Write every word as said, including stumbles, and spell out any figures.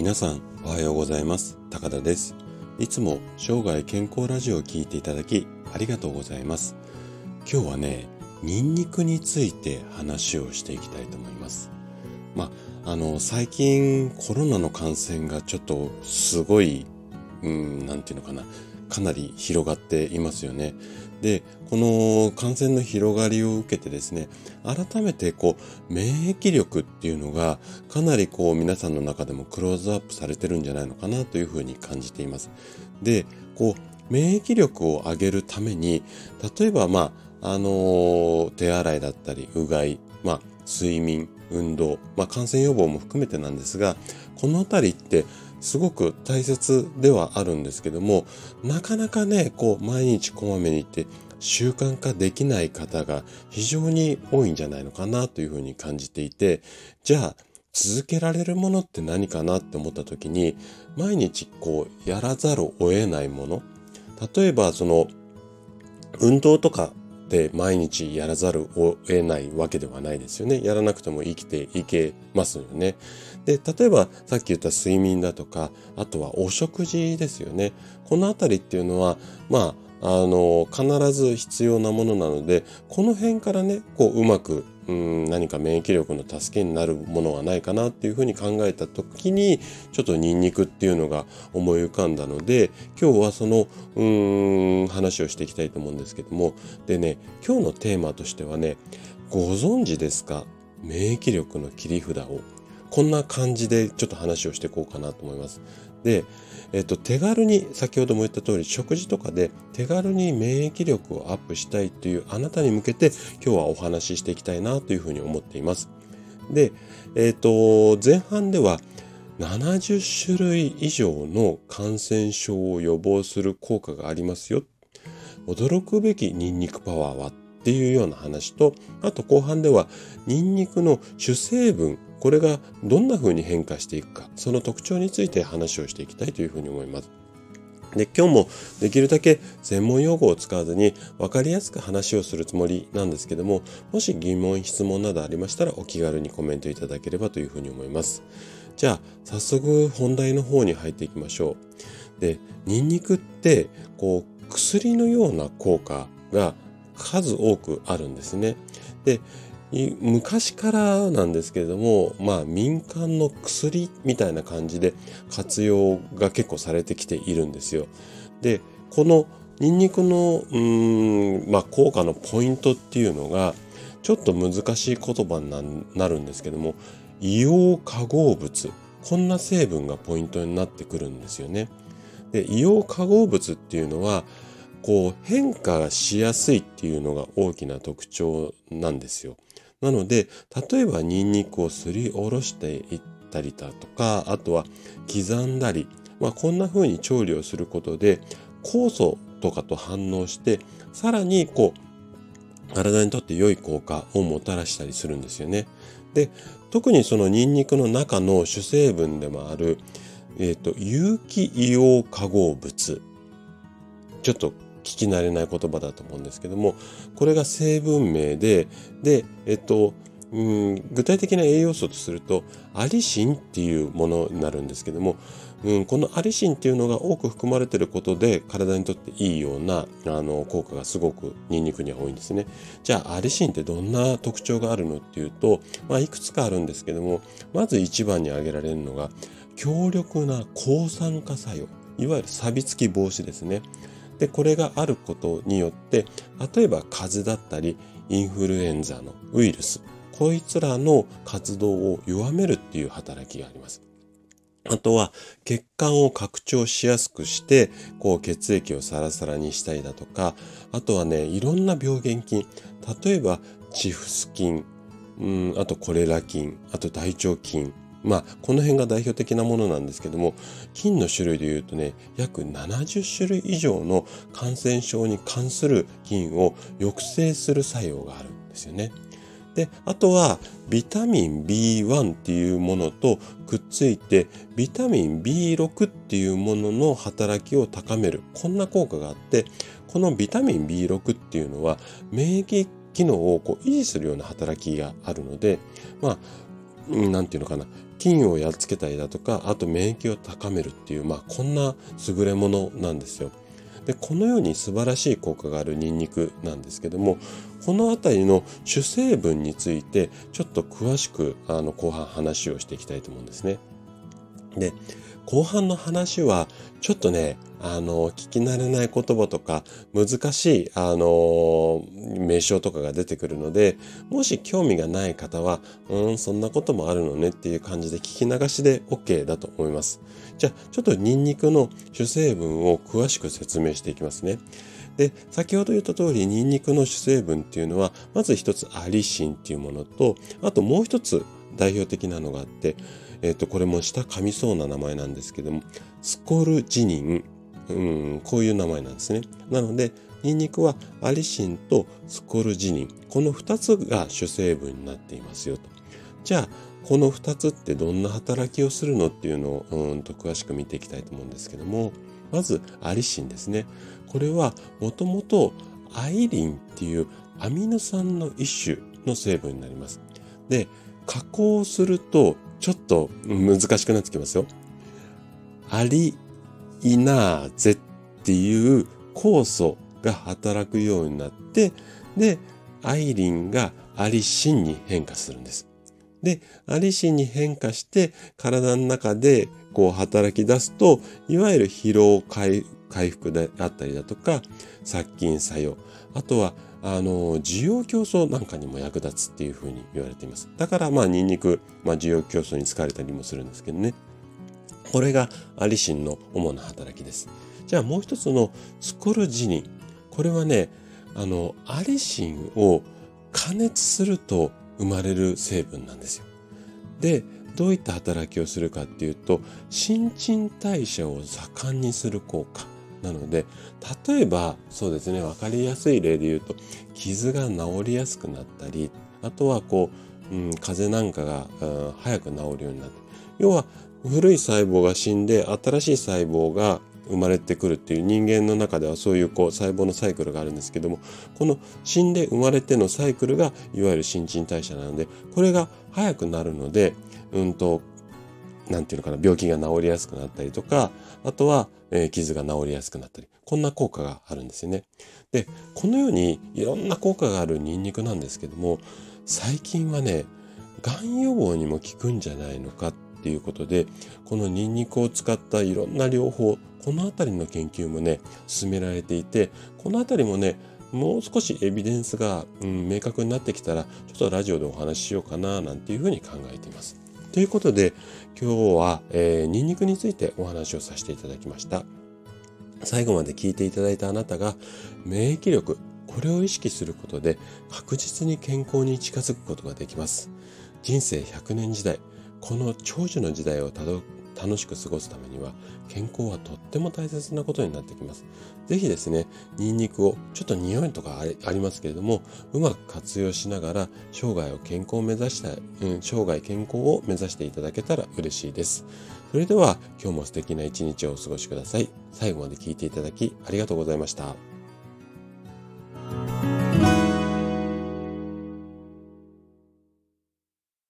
皆さんおはようございます。高田です。いつも生涯健康ラジオを聞いていただきありがとうございます。今日はね、ニンニクについて話をしていきたいと思います。まあ、あの最近コロナの感染がちょっとすごい、うん、なんていうのかな、かなり広がっていますよね。で、この感染の広がりを受けてですね、改めてこう免疫力っていうのがかなりこう皆さんの中でもクローズアップされてるんじゃないのかなというふうに感じています。で、こう免疫力を上げるために、例えばまああのー手洗いだったりうがい、まあ睡眠、運動、まあ感染予防も含めてなんですが、このあたりってすごく大切ではあるんですけども、なかなかね、こう毎日こまめに行って習慣化できない方が非常に多いんじゃないのかなというふうに感じていて、じゃあ続けられるものって何かなって思った時に、毎日こうやらざるを得ないもの、例えばその運動とかで毎日やらざるを得ないわけではないですよね。やらなくても生きていけますよね。で、例えばさっき言った睡眠だとか、あとはお食事ですよね。このあたりっていうのは、まあ、あの、必ず必要なものなので、この辺からね、こううまく、うん、何か免疫力の助けになるものはないかなっていうふうに考えた時に、ちょっとニンニクっていうのが思い浮かんだので、今日はその、うーん、話をしていきたいと思うんですけども、でね、今日のテーマとしてはね、ご存知ですか？免疫力の切り札を。こんな感じでちょっと話をしていこうかなと思います。で、えっと、手軽に、先ほども言った通り、食事とかで手軽に免疫力をアップしたいというあなたに向けて、今日はお話ししていきたいなというふうに思っています。で、えっと、前半では、ななじゅっしゅるい以上の感染症を予防する効果がありますよ。驚くべきニンニクパワーはっていうような話と、あと後半ではニンニクの主成分、これがどんな風に変化していくか、その特徴について話をしていきたいというふうに思います。で、今日もできるだけ専門用語を使わずに分かりやすく話をするつもりなんですけども、もし疑問、質問などありましたらお気軽にコメントいただければというふうに思います。じゃあ、早速本題の方に入っていきましょう。で、ニンニクって、こう、薬のような効果が数多くあるんですね。で、昔からなんですけれども、まあ民間の薬みたいな感じで活用が結構されてきているんですよ。で、このニンニクのうーん、まあ、効果のポイントっていうのがちょっと難しい言葉になるんですけども、硫黄化合物、こんな成分がポイントになってくるんですよね。で、硫黄化合物っていうのはこう変化しやすいっていうのが大きな特徴なんですよ。なので、例えばニンニクをすりおろしていったりだとか、あとは刻んだり、まあこんな風に調理をすることで酵素とかと反応して、さらにこう体にとって良い効果をもたらしたりするんですよね。で、特にそのニンニクの中の主成分でもある、えっと、有機硫黄化合物。ちょっと聞き慣れない言葉だと思うんですけども、これが成分名で、で、えっと、うん、具体的な栄養素とすると、アリシンっていうものになるんですけども、うん、このアリシンっていうのが多く含まれていることで、体にとっていいようなあの効果がすごくニンニクには多いんですね。じゃあ、アリシンってどんな特徴があるのっていうと、まあ、いくつかあるんですけども、まず一番に挙げられるのが、強力な抗酸化作用、いわゆる錆びつき防止ですね。で、これがあることによって、例えば風邪だったり、インフルエンザのウイルス、こいつらの活動を弱めるっていう働きがあります。あとは、血管を拡張しやすくして、こう血液をサラサラにしたりだとか、あとはね、いろんな病原菌、例えば、チフス菌、うん、あとコレラ菌、あと大腸菌、まあ、この辺が代表的なものなんですけども、菌の種類で言うとね、約ななじゅっしゅるい以上の感染症に関する菌を抑制する作用があるんですよね。で、あとは、ビタミン ビーワン っていうものとくっついて、ビタミン ビーシックス っていうものの働きを高める。こんな効果があって、このビタミン ビーシックス っていうのは、免疫機能をこう維持するような働きがあるので、まあ、うんなんていうのかな、 菌をやっつけたりだとか、あと免疫を高めるっていう、まあこんな優れものなんですよ。で、このように素晴らしい効果があるニンニクなんですけども、このあたりの主成分についてちょっと詳しくあの後半話をしていきたいと思うんですね。で、後半の話はちょっとね、あの、聞き慣れない言葉とか難しい、あの、名称とかが出てくるので、もし興味がない方は、うん、そんなこともあるのねっていう感じで聞き流しで OK だと思います。じゃあ、ちょっとニンニクの主成分を詳しく説明していきますね。で、先ほど言った通り、ニンニクの主成分っていうのは、まず一つアリシンっていうものと、あともう一つ代表的なのがあって、えっと、これも下噛みそうな名前なんですけども、スコルジニン、うん、こういう名前なんですね。なので、ニンニクはアリシンとスコルジニン、この二つが主成分になっていますよと。じゃあ、この二つってどんな働きをするのっていうのをうんと詳しく見ていきたいと思うんですけども、まずアリシンですね。これはもともとアイリンっていうアミノ酸の一種の成分になります。で、加工するとちょっと難しくなってきますよ。アリイナーゼっていう酵素が働くようになって、で、アイリンがアリシンに変化するんです。で、アリシンに変化して体の中でこう働き出すと、いわゆる疲労回復であったりだとか、殺菌作用、あとはあの需要競争なんかにも役立つっていうふうに言われています。だからまあニンニク、まあ、需要競争に使われたりもするんですけどね。これがアリシンの主な働きです。じゃあもう一つのスコルジニン。これはね、あの、アリシンを加熱すると生まれる成分なんですよ。で、どういった働きをするかっていうと、新陳代謝を盛んにする効果。なので、例えば、そうですね、わかりやすい例で言うと、傷が治りやすくなったり、あとはこう、うん、風邪なんかが、うん、早く治るようになって、要は、古い細胞が死んで新しい細胞が生まれてくるっていう人間の中ではそういうこう細胞のサイクルがあるんですけども、この死んで生まれてのサイクルがいわゆる新陳代謝なので、これが早くなるので、うんと、なんていうのかな、病気が治りやすくなったりとか、あとは、えー、傷が治りやすくなったり、こんな効果があるんですよね。で、このようにいろんな効果があるニンニクなんですけども、最近はね、がん予防にも効くんじゃないのかっていうことで、このニンニクを使ったいろんな療法、このあたりの研究もね、進められていて、このあたりもね、もう少しエビデンスが、うん、明確になってきたら、ちょっとラジオでお話ししようかな、なんていうふうに考えています。ということで、今日は、えー、ニンニクについてお話をさせていただきました。最後まで聞いていただいたあなたが、免疫力、これを意識することで、確実に健康に近づくことができます。人生ひゃくねん時代、この長寿の時代をたど楽しく過ごすためには、健康はとっても大切なことになってきます。ぜひですね、ニンニクをちょっと匂いとかありますけれども、うまく活用しながら生涯を健康を目指したい、うん、生涯健康を目指していただけたら嬉しいです。それでは今日も素敵な一日をお過ごしください。最後まで聞いていただきありがとうございました。